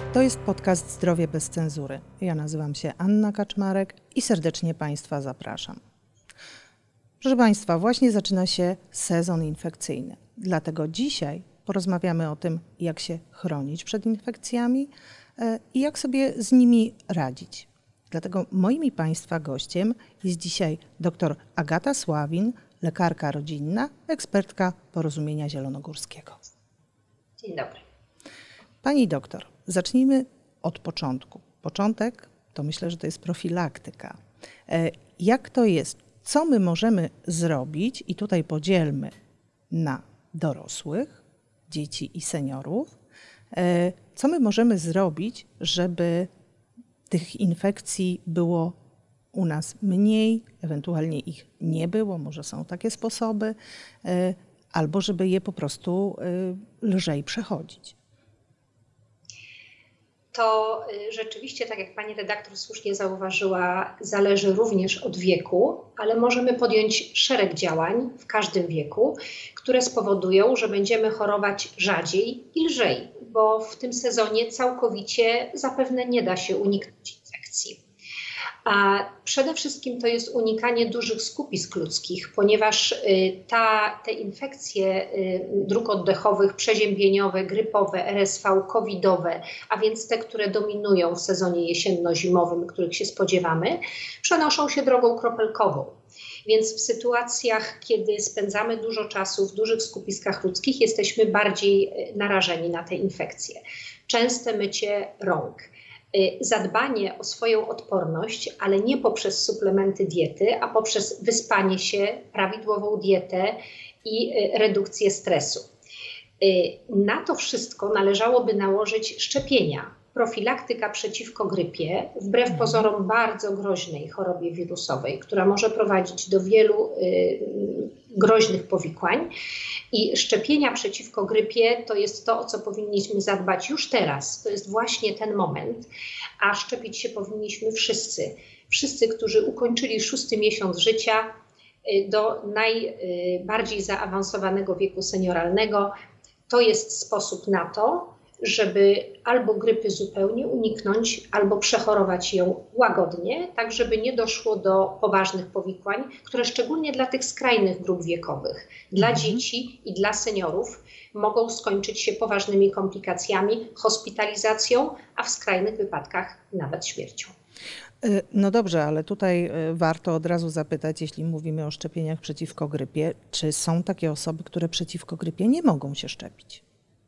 To jest podcast Zdrowie bez cenzury. Ja nazywam się Anna Kaczmarek i serdecznie Państwa zapraszam. Proszę Państwa, właśnie zaczyna się sezon infekcyjny. Dlatego dzisiaj porozmawiamy o tym, jak się chronić przed infekcjami i jak sobie z nimi radzić. Dlatego moim i Państwa gościem jest dzisiaj dr Agata Sławin, lekarka rodzinna, ekspertka Porozumienia Zielonogórskiego. Dzień dobry. Pani doktor, zacznijmy od początku. Początek to myślę, że to jest profilaktyka. Jak to jest? Co my możemy zrobić? I tutaj podzielmy na dorosłych, dzieci i seniorów. Co my możemy zrobić, żeby tych infekcji było u nas mniej, ewentualnie ich nie było, może są takie sposoby, albo żeby je po prostu lżej przechodzić. To rzeczywiście, tak jak pani redaktor słusznie zauważyła, zależy również od wieku, ale możemy podjąć szereg działań w każdym wieku, które spowodują, że będziemy chorować rzadziej i lżej, bo w tym sezonie całkowicie zapewne nie da się uniknąć infekcji. A przede wszystkim to jest unikanie dużych skupisk ludzkich, ponieważ te infekcje dróg oddechowych, przeziębieniowe, grypowe, RSV, covidowe, a więc te, które dominują w sezonie jesienno-zimowym, których się spodziewamy, przenoszą się drogą kropelkową. Więc w sytuacjach, kiedy spędzamy dużo czasu w dużych skupiskach ludzkich, jesteśmy bardziej narażeni na te infekcje. Częste mycie rąk. Zadbanie o swoją odporność, ale nie poprzez suplementy diety, a poprzez wyspanie się, prawidłową dietę i redukcję stresu. Na to wszystko należałoby nałożyć szczepienia. Profilaktyka przeciwko grypie, wbrew pozorom bardzo groźnej chorobie wirusowej, która może prowadzić do wielu groźnych powikłań. I szczepienia przeciwko grypie to jest to, o co powinniśmy zadbać już teraz. To jest właśnie ten moment, a szczepić się powinniśmy wszyscy. Wszyscy, którzy ukończyli 6. miesiąc życia do najbardziej zaawansowanego wieku senioralnego. To jest sposób na to, żeby albo grypy zupełnie uniknąć, albo przechorować ją łagodnie, tak żeby nie doszło do poważnych powikłań, które szczególnie dla tych skrajnych grup wiekowych, dla dzieci i dla seniorów mogą skończyć się poważnymi komplikacjami, hospitalizacją, a w skrajnych wypadkach nawet śmiercią. No dobrze, ale tutaj warto od razu zapytać, jeśli mówimy o szczepieniach przeciwko grypie, czy są takie osoby, które przeciwko grypie nie mogą się szczepić?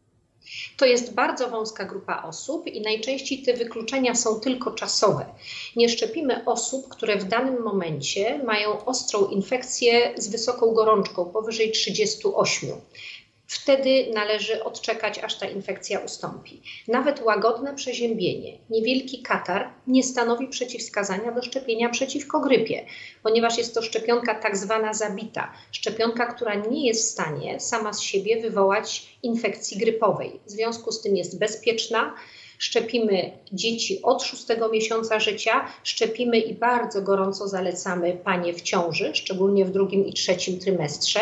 To jest bardzo wąska grupa osób i najczęściej te wykluczenia są tylko czasowe. Nie szczepimy osób, które w danym momencie mają ostrą infekcję z wysoką gorączką, powyżej 38. Wtedy należy odczekać, aż ta infekcja ustąpi. Nawet łagodne przeziębienie, niewielki katar nie stanowi przeciwwskazania do szczepienia przeciwko grypie, ponieważ jest to szczepionka tak zwana zabita. Szczepionka, która nie jest w stanie sama z siebie wywołać infekcji grypowej. W związku z tym jest bezpieczna. Szczepimy dzieci od 6. miesiąca życia, szczepimy i bardzo gorąco zalecamy panie w ciąży, szczególnie w 2. i 3. trymestrze.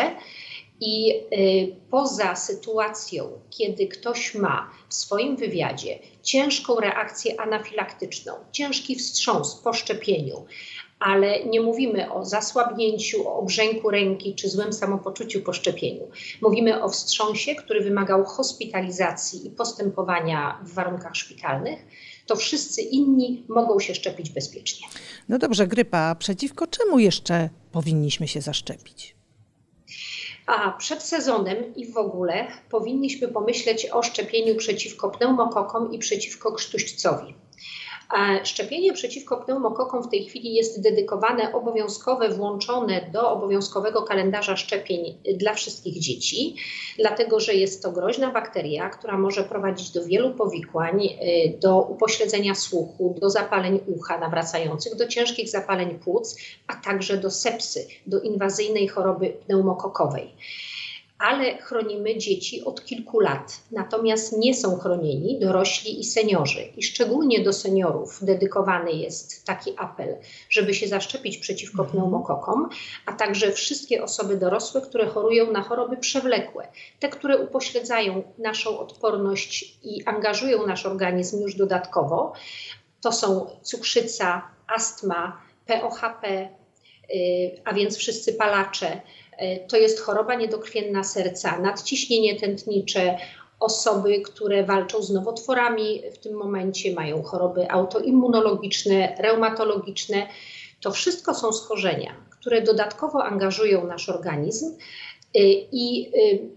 I poza sytuacją, kiedy ktoś ma w swoim wywiadzie ciężką reakcję anafilaktyczną, ciężki wstrząs po szczepieniu, ale nie mówimy o zasłabnięciu, o obrzęku ręki czy złym samopoczuciu po szczepieniu. Mówimy o wstrząsie, który wymagał hospitalizacji i postępowania w warunkach szpitalnych, to wszyscy inni mogą się szczepić bezpiecznie. No dobrze, grypa. Przeciwko czemu jeszcze powinniśmy się zaszczepić? A przed sezonem i w ogóle powinniśmy pomyśleć o szczepieniu przeciwko pneumokokom i przeciwko krztuścowi. Szczepienie przeciwko pneumokokom w tej chwili jest dedykowane, obowiązkowe, włączone do obowiązkowego kalendarza szczepień dla wszystkich dzieci, dlatego że jest to groźna bakteria, która może prowadzić do wielu powikłań, do upośledzenia słuchu, do zapaleń ucha nawracających, do ciężkich zapaleń płuc, a także do sepsy, do inwazyjnej choroby pneumokokowej. ale chronimy dzieci od kilku lat. Natomiast nie są chronieni dorośli i seniorzy. I szczególnie do seniorów dedykowany jest taki apel, żeby się zaszczepić przeciwko pneumokokom, a także wszystkie osoby dorosłe, które chorują na choroby przewlekłe. Te, które upośledzają naszą odporność i angażują nasz organizm już dodatkowo. To są cukrzyca, astma, POHP, a więc wszyscy palacze. To jest choroba niedokrwienna serca, nadciśnienie tętnicze, osoby, które walczą z nowotworami w tym momencie, mają choroby autoimmunologiczne, reumatologiczne. To wszystko są schorzenia, które dodatkowo angażują nasz organizm i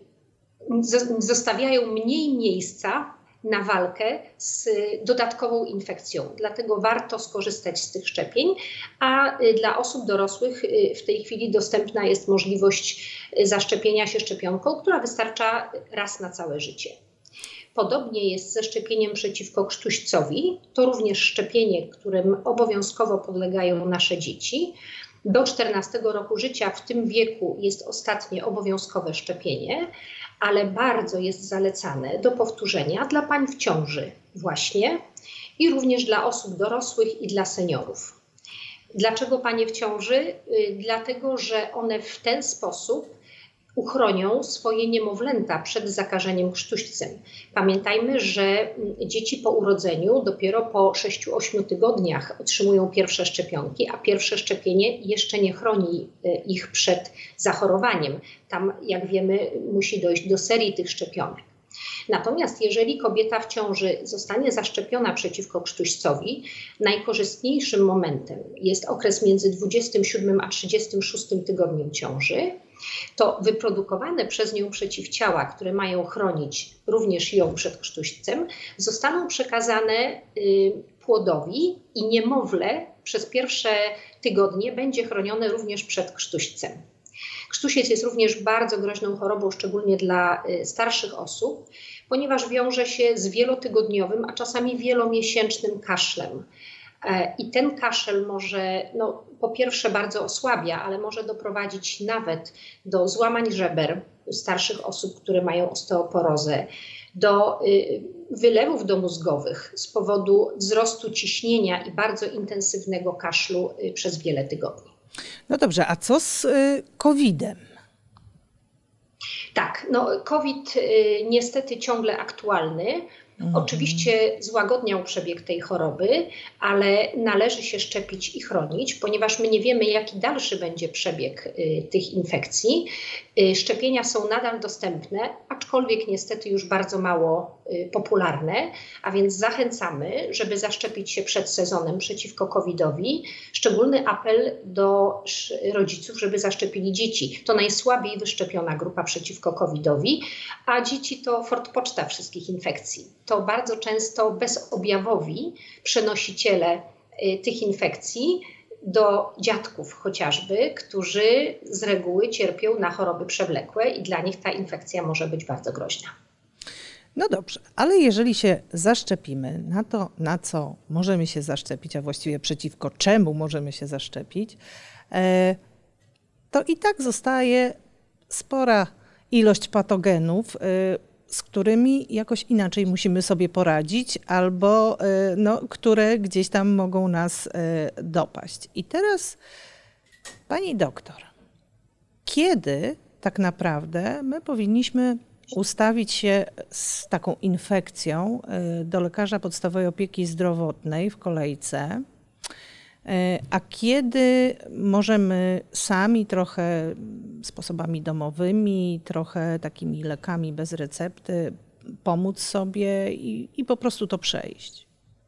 zostawiają mniej miejsca na walkę z dodatkową infekcją. Dlatego warto skorzystać z tych szczepień, a dla osób dorosłych w tej chwili dostępna jest możliwość zaszczepienia się szczepionką, która wystarcza raz na całe życie. Podobnie jest ze szczepieniem przeciwko krztuścowi. To również szczepienie, którym obowiązkowo podlegają nasze dzieci. Do 14 roku życia w tym wieku jest ostatnie obowiązkowe szczepienie, ale bardzo jest zalecane do powtórzenia dla pań w ciąży właśnie i również dla osób dorosłych i dla seniorów. Dlaczego panie w ciąży? Dlatego, że one w ten sposób uchronią swoje niemowlęta przed zakażeniem krztuścem. Pamiętajmy, że dzieci po urodzeniu dopiero po 6-8 tygodniach otrzymują pierwsze szczepionki, a pierwsze szczepienie jeszcze nie chroni ich przed zachorowaniem. Tam, jak wiemy, musi dojść do serii tych szczepionek. Natomiast jeżeli kobieta w ciąży zostanie zaszczepiona przeciwko krztuścowi, najkorzystniejszym momentem jest okres między 27 a 36 tygodniem ciąży, to wyprodukowane przez nią przeciwciała, które mają chronić również ją przed krztuścem, zostaną przekazane płodowi i niemowlę przez pierwsze tygodnie będzie chronione również przed krztuścem. Krztusiec jest również bardzo groźną chorobą, szczególnie dla starszych osób, ponieważ wiąże się z wielotygodniowym, a czasami wielomiesięcznym kaszlem. I ten kaszel może, po pierwsze bardzo osłabia, ale może doprowadzić nawet do złamań żeber u starszych osób, które mają osteoporozę, do wylewów domózgowych z powodu wzrostu ciśnienia i bardzo intensywnego kaszlu przez wiele tygodni. No dobrze, a co z COVID-em? Tak, COVID niestety ciągle aktualny. Oczywiście złagodniał przebieg tej choroby, ale należy się szczepić i chronić, ponieważ my nie wiemy, jaki dalszy będzie przebieg tych infekcji. Szczepienia są nadal dostępne, aczkolwiek niestety już bardzo mało popularne, a więc zachęcamy, żeby zaszczepić się przed sezonem przeciwko COVID-owi. Szczególny apel do rodziców, żeby zaszczepili dzieci. To najsłabiej wyszczepiona grupa przeciwko COVID-owi, a dzieci to forpoczta wszystkich infekcji. To bardzo często bezobjawowi przenosiciele tych infekcji do dziadków chociażby, którzy z reguły cierpią na choroby przewlekłe i dla nich ta infekcja może być bardzo groźna. No dobrze, ale jeżeli się zaszczepimy na to, na co możemy się zaszczepić, a właściwie przeciwko czemu możemy się zaszczepić, to i tak zostaje spora ilość patogenów, z którymi jakoś inaczej musimy sobie poradzić albo które gdzieś tam mogą nas dopaść. I teraz, pani doktor, kiedy tak naprawdę my powinniśmy ustawić się z taką infekcją do lekarza podstawowej opieki zdrowotnej w kolejce, a kiedy możemy sami trochę sposobami domowymi, trochę takimi lekami bez recepty pomóc sobie i po prostu to przejść?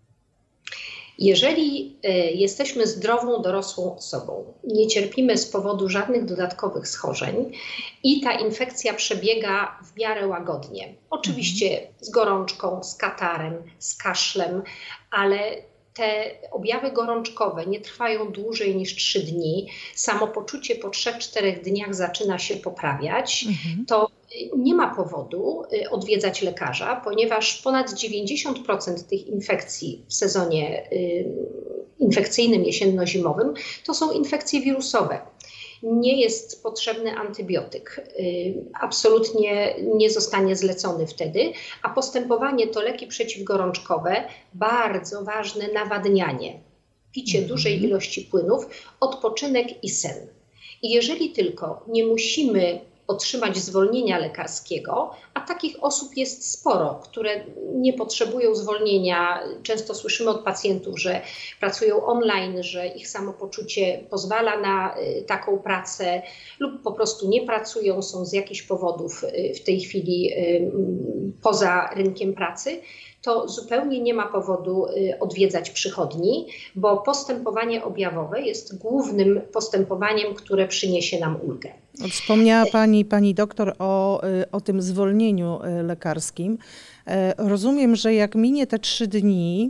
Jeżeli jesteśmy zdrową, dorosłą osobą, nie cierpimy z powodu żadnych dodatkowych schorzeń i ta infekcja przebiega w miarę łagodnie, oczywiście z gorączką, z katarem, z kaszlem, ale te objawy gorączkowe nie trwają dłużej niż 3 dni, samopoczucie po 3-4 dniach zaczyna się poprawiać, to nie ma powodu odwiedzać lekarza, ponieważ ponad 90% tych infekcji w sezonie infekcyjnym jesienno-zimowym to są infekcje wirusowe. nie jest potrzebny antybiotyk. Absolutnie nie zostanie zlecony wtedy, a postępowanie to leki przeciwgorączkowe, bardzo ważne nawadnianie, picie dużej ilości płynów, odpoczynek i sen. I jeżeli tylko nie musimy otrzymać zwolnienia lekarskiego, a takich osób jest sporo, które nie potrzebują zwolnienia. Często słyszymy od pacjentów, że pracują online, że ich samopoczucie pozwala na taką pracę lub po prostu nie pracują, są z jakichś powodów w tej chwili poza rynkiem pracy, to zupełnie nie ma powodu odwiedzać przychodni, bo postępowanie objawowe jest głównym postępowaniem, które przyniesie nam ulgę. Wspomniała pani doktor o tym zwolnieniu lekarskim. Rozumiem, że jak minie te 3 dni,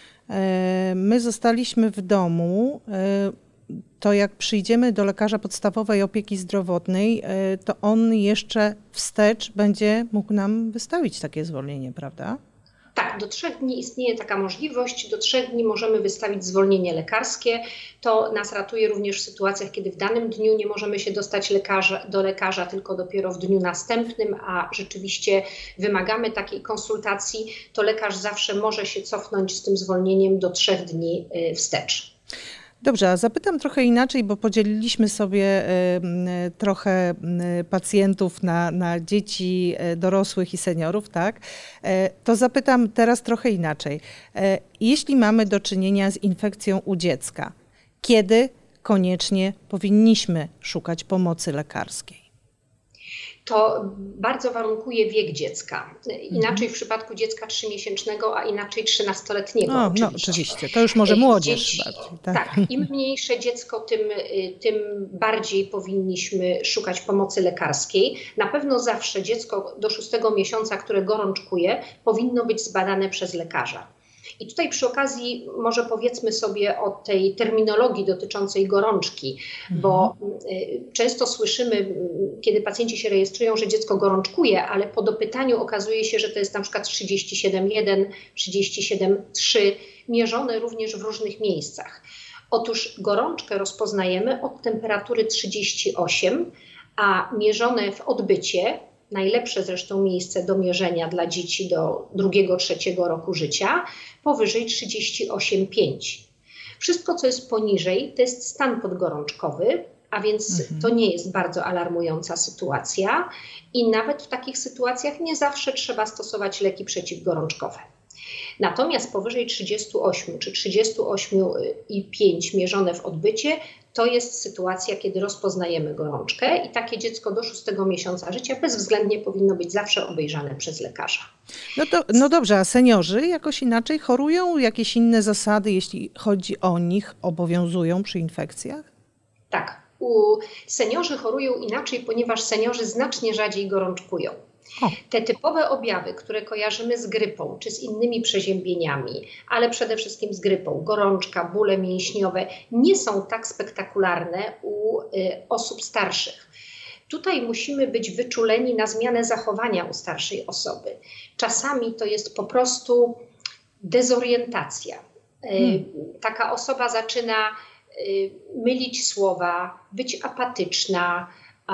my zostaliśmy w domu, to jak przyjdziemy do lekarza podstawowej opieki zdrowotnej, to on jeszcze wstecz będzie mógł nam wystawić takie zwolnienie, prawda? Tak, do 3 dni istnieje taka możliwość. Do 3 dni możemy wystawić zwolnienie lekarskie. To nas ratuje również w sytuacjach, kiedy w danym dniu nie możemy się dostać do lekarza, tylko dopiero w dniu następnym, a rzeczywiście wymagamy takiej konsultacji, to lekarz zawsze może się cofnąć z tym zwolnieniem do 3 dni wstecz. Dobrze, a zapytam trochę inaczej, bo podzieliliśmy sobie trochę pacjentów na dzieci, dorosłych i seniorów, tak? To zapytam teraz trochę inaczej. Jeśli mamy do czynienia z infekcją u dziecka, kiedy koniecznie powinniśmy szukać pomocy lekarskiej? To bardzo warunkuje wiek dziecka. Inaczej w przypadku dziecka 3-miesięcznego, a inaczej 13-letniego. No, oczywiście. To już może młodzież bardziej. Tak, im mniejsze dziecko, tym bardziej powinniśmy szukać pomocy lekarskiej. Na pewno zawsze dziecko do 6 miesiąca, które gorączkuje, powinno być zbadane przez lekarza. I tutaj przy okazji może powiedzmy sobie o tej terminologii dotyczącej gorączki, bo często słyszymy, kiedy pacjenci się rejestrują, że dziecko gorączkuje, ale po dopytaniu okazuje się, że to jest na przykład 37,1, 37,3, mierzone również w różnych miejscach. Otóż gorączkę rozpoznajemy od temperatury 38, a mierzone w odbycie, najlepsze zresztą miejsce do mierzenia dla dzieci do 2-3 roku życia, powyżej 38,5. Wszystko, co jest poniżej, to jest stan podgorączkowy, a więc to nie jest bardzo alarmująca sytuacja i nawet w takich sytuacjach nie zawsze trzeba stosować leki przeciwgorączkowe. Natomiast powyżej 38 czy 38,5 mierzone w odbycie, to jest sytuacja, kiedy rozpoznajemy gorączkę i takie dziecko do 6 miesiąca życia bezwzględnie powinno być zawsze obejrzane przez lekarza. No dobrze, a seniorzy jakoś inaczej chorują? Jakieś inne zasady, jeśli chodzi o nich, obowiązują przy infekcjach? Tak, seniorzy chorują inaczej, ponieważ seniorzy znacznie rzadziej gorączkują. Te typowe objawy, które kojarzymy z grypą czy z innymi przeziębieniami, ale przede wszystkim z grypą, gorączka, bóle mięśniowe, nie są tak spektakularne u osób starszych. Tutaj musimy być wyczuleni na zmianę zachowania u starszej osoby. Czasami to jest po prostu dezorientacja. Taka osoba zaczyna mylić słowa, być apatyczna,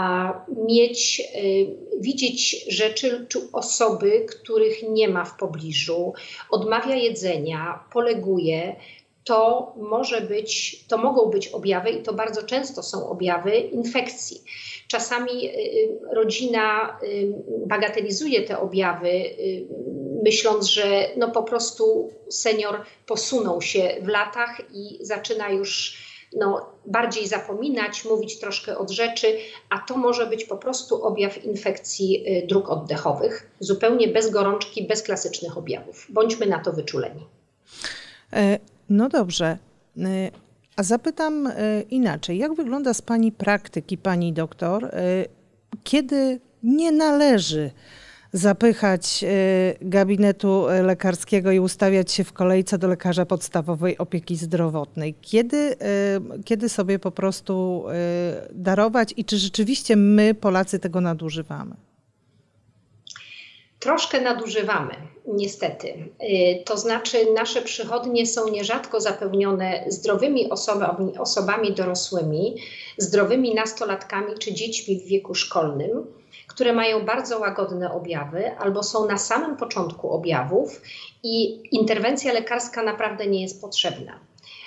widzieć rzeczy czy osoby, których nie ma w pobliżu, odmawia jedzenia, poleguje. To mogą być objawy i to bardzo często są objawy infekcji. Czasami rodzina bagatelizuje te objawy, myśląc, że po prostu senior posunął się w latach i zaczyna już bardziej zapominać, mówić troszkę od rzeczy, a to może być po prostu objaw infekcji dróg oddechowych, zupełnie bez gorączki, bez klasycznych objawów. Bądźmy na to wyczuleni. No dobrze, a zapytam inaczej. Jak wygląda z pani praktyki, pani doktor, kiedy nie należy zapychać gabinetu lekarskiego i ustawiać się w kolejce do lekarza podstawowej opieki zdrowotnej? Kiedy sobie po prostu darować i czy rzeczywiście my, Polacy, tego nadużywamy? Troszkę nadużywamy, niestety. To znaczy nasze przychodnie są nierzadko zapełnione zdrowymi osobami dorosłymi, zdrowymi nastolatkami czy dziećmi w wieku szkolnym, które mają bardzo łagodne objawy albo są na samym początku objawów i interwencja lekarska naprawdę nie jest potrzebna.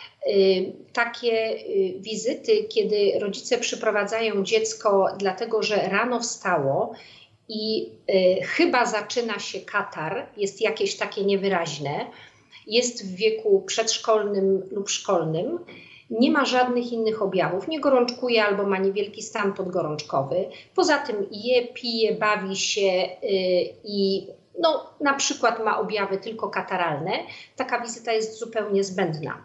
Takie wizyty, kiedy rodzice przyprowadzają dziecko dlatego, że rano wstało i chyba zaczyna się katar, jest jakieś takie niewyraźne, jest w wieku przedszkolnym lub szkolnym, nie ma żadnych innych objawów, nie gorączkuje albo ma niewielki stan podgorączkowy. Poza tym je, pije, bawi się i na przykład ma objawy tylko kataralne. Taka wizyta jest zupełnie zbędna.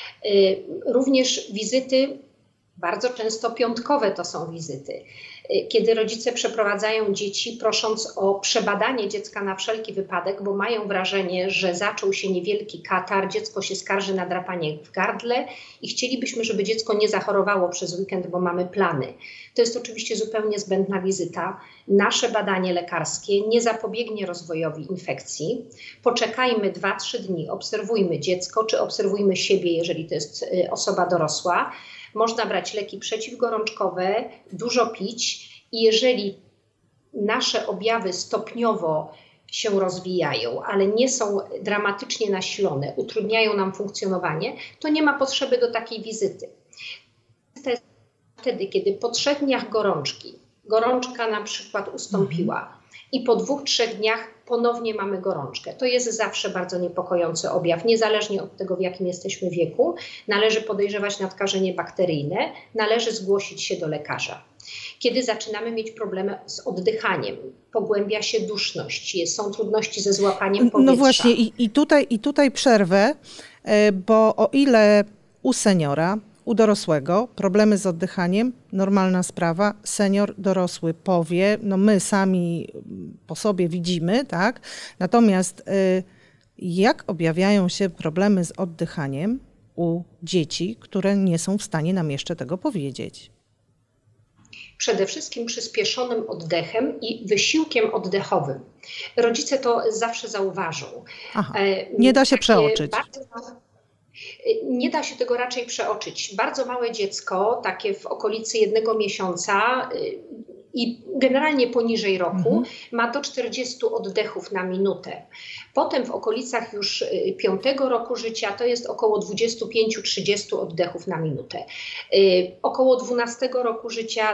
Również wizyty, bardzo często piątkowe to są wizyty, kiedy rodzice przeprowadzają dzieci, prosząc o przebadanie dziecka na wszelki wypadek, bo mają wrażenie, że zaczął się niewielki katar, dziecko się skarży na drapanie w gardle i chcielibyśmy, żeby dziecko nie zachorowało przez weekend, bo mamy plany. To jest oczywiście zupełnie zbędna wizyta. Nasze badanie lekarskie nie zapobiegnie rozwojowi infekcji. Poczekajmy 2-3 dni, obserwujmy dziecko, czy obserwujmy siebie, jeżeli to jest osoba dorosła. Można brać leki przeciwgorączkowe, dużo pić i jeżeli nasze objawy stopniowo się rozwijają, ale nie są dramatycznie nasilone, utrudniają nam funkcjonowanie, to nie ma potrzeby do takiej wizyty. To jest wtedy, kiedy po 3 dniach gorączka na przykład ustąpiła i po 2-3 dniach ponownie mamy gorączkę. To jest zawsze bardzo niepokojący objaw, niezależnie od tego, w jakim jesteśmy wieku. Należy podejrzewać nadkażenie bakteryjne, należy zgłosić się do lekarza. Kiedy zaczynamy mieć problemy z oddychaniem, pogłębia się duszność, są trudności ze złapaniem powietrza. No właśnie i tutaj przerwę, bo o ile u seniora, u dorosłego problemy z oddychaniem, normalna sprawa, senior dorosły powie, my sami po sobie widzimy, tak? Natomiast jak objawiają się problemy z oddychaniem u dzieci, które nie są w stanie nam jeszcze tego powiedzieć? Przede wszystkim przyspieszonym oddechem i wysiłkiem oddechowym. Rodzice to zawsze zauważą. Aha, nie da się przeoczyć. Nie da się tego raczej przeoczyć. Bardzo małe dziecko, takie w okolicy 1 miesiąca i generalnie poniżej roku, ma do 40 oddechów na minutę. Potem w okolicach już 5 roku życia to jest około 25-30 oddechów na minutę. Około 12 roku życia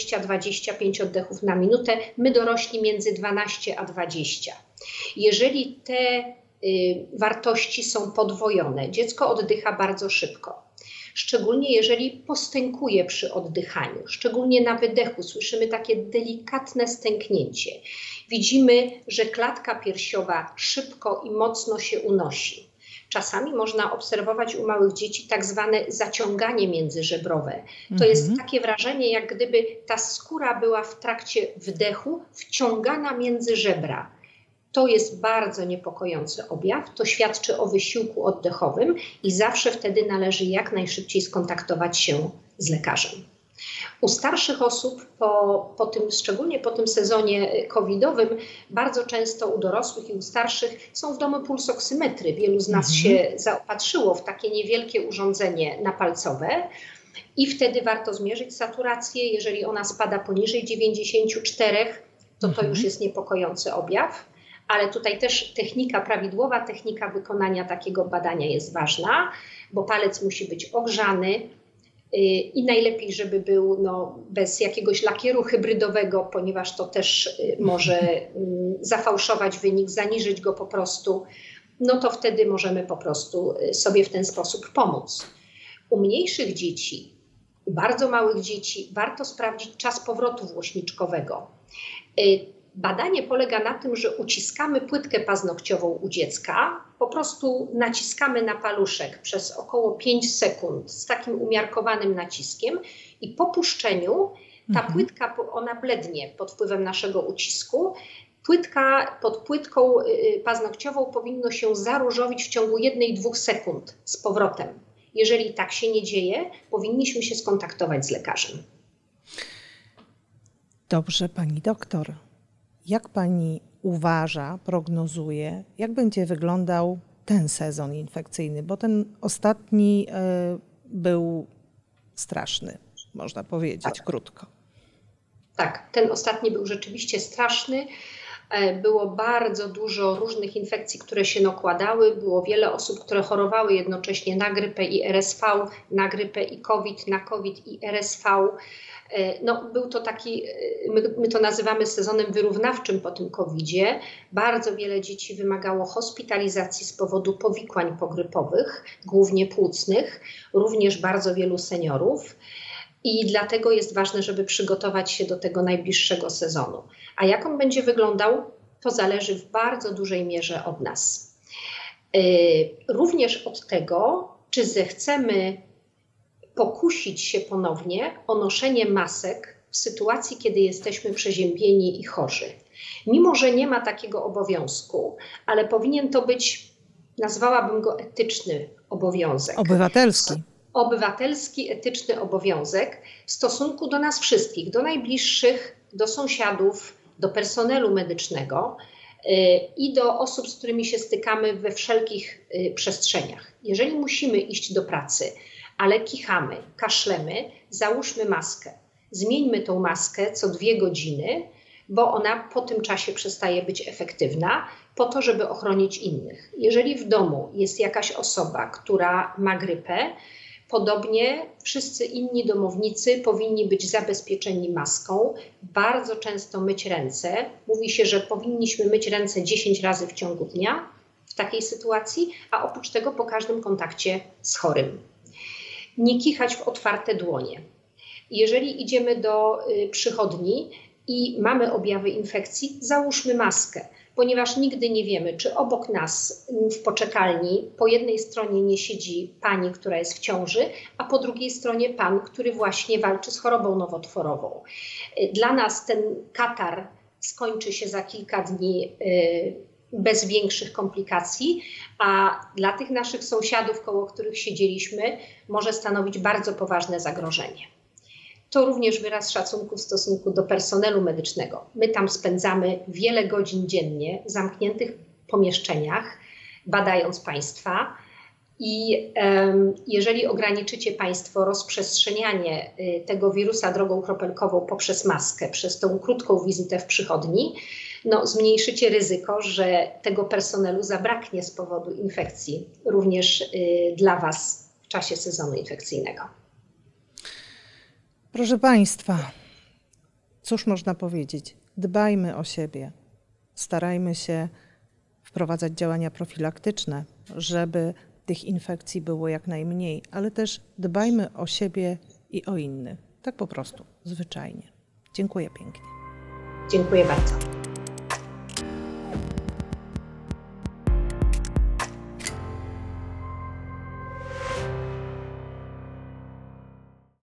20-25 oddechów na minutę. My dorośli między 12 a 20. Jeżeli te wartości są podwojone, dziecko oddycha bardzo szybko. Szczególnie jeżeli postękuje przy oddychaniu, szczególnie na wydechu słyszymy takie delikatne stęknięcie. Widzimy, że klatka piersiowa szybko i mocno się unosi. Czasami można obserwować u małych dzieci tak zwane zaciąganie międzyżebrowe. To jest takie wrażenie, jak gdyby ta skóra była w trakcie wdechu wciągana między żebra. To jest bardzo niepokojący objaw, to świadczy o wysiłku oddechowym i zawsze wtedy należy jak najszybciej skontaktować się z lekarzem. U starszych osób, szczególnie po tym sezonie covidowym, bardzo często u dorosłych i u starszych są w domu pulsoksymetry. Wielu z nas się zaopatrzyło w takie niewielkie urządzenie napalcowe i wtedy warto zmierzyć saturację. Jeżeli ona spada poniżej 94, to już jest niepokojący objaw. Ale tutaj też prawidłowa technika wykonania takiego badania jest ważna, bo palec musi być ogrzany i najlepiej, żeby był bez jakiegoś lakieru hybrydowego, ponieważ to też może zafałszować wynik, zaniżyć go po prostu. To wtedy możemy po prostu sobie w ten sposób pomóc. U mniejszych dzieci, u bardzo małych dzieci warto sprawdzić czas powrotu włośniczkowego. Badanie polega na tym, że uciskamy płytkę paznokciową u dziecka, po prostu naciskamy na paluszek przez około 5 sekund z takim umiarkowanym naciskiem i po puszczeniu ta płytka, ona blednie pod wpływem naszego ucisku. Pod płytką paznokciową powinno się zaróżowić w ciągu 1-2 sekund z powrotem. Jeżeli tak się nie dzieje, powinniśmy się skontaktować z lekarzem. Dobrze, pani doktor. Jak pani uważa, prognozuje, jak będzie wyglądał ten sezon infekcyjny, bo ten ostatni był straszny, można powiedzieć krótko. Tak, ten ostatni był rzeczywiście straszny. Było bardzo dużo różnych infekcji, które się nakładały. Było wiele osób, które chorowały jednocześnie na grypę i RSV, na grypę i COVID, na COVID i RSV. No, był to taki, my to nazywamy sezonem wyrównawczym po tym COVID-zie. Bardzo wiele dzieci wymagało hospitalizacji z powodu powikłań pogrypowych, głównie płucnych, również bardzo wielu seniorów. I dlatego jest ważne, żeby przygotować się do tego najbliższego sezonu. A jak on będzie wyglądał, to zależy w bardzo dużej mierze od nas. Również od tego, czy zechcemy pokusić się ponownie o noszenie masek w sytuacji, kiedy jesteśmy przeziębieni i chorzy. Mimo że nie ma takiego obowiązku, ale powinien to być, nazwałabym go etyczny obowiązek. Obywatelski, etyczny obowiązek w stosunku do nas wszystkich, do najbliższych, do sąsiadów, do personelu medycznego i do osób, z którymi się stykamy we wszelkich przestrzeniach. Jeżeli musimy iść do pracy, ale kichamy, kaszlemy, załóżmy maskę. Zmieńmy tą maskę co 2 godziny, bo ona po tym czasie przestaje być efektywna, po to, żeby ochronić innych. Jeżeli w domu jest jakaś osoba, która ma grypę, podobnie wszyscy inni domownicy powinni być zabezpieczeni maską, bardzo często myć ręce. Mówi się, że powinniśmy myć ręce 10 razy w ciągu dnia w takiej sytuacji, a oprócz tego po każdym kontakcie z chorym. Nie kichać w otwarte dłonie. Jeżeli idziemy do przychodni i mamy objawy infekcji, załóżmy maskę, ponieważ nigdy nie wiemy, czy obok nas w poczekalni po jednej stronie nie siedzi pani, która jest w ciąży, a po drugiej stronie pan, który właśnie walczy z chorobą nowotworową. Dla nas ten katar skończy się za kilka dni bez większych komplikacji, a dla tych naszych sąsiadów, koło których siedzieliśmy, może stanowić bardzo poważne zagrożenie. To również wyraz szacunku w stosunku do personelu medycznego. My tam spędzamy wiele godzin dziennie w zamkniętych pomieszczeniach, badając państwa. I jeżeli ograniczycie państwo rozprzestrzenianie tego wirusa drogą kropelkową poprzez maskę, przez tą krótką wizytę w przychodni, no, zmniejszycie ryzyko, że tego personelu zabraknie z powodu infekcji również dla Was w czasie sezonu infekcyjnego. Proszę Państwa, cóż można powiedzieć? Dbajmy o siebie, starajmy się wprowadzać działania profilaktyczne, żeby tych infekcji było jak najmniej, ale też dbajmy o siebie i o innych. Tak po prostu, zwyczajnie. Dziękuję pięknie. Dziękuję bardzo.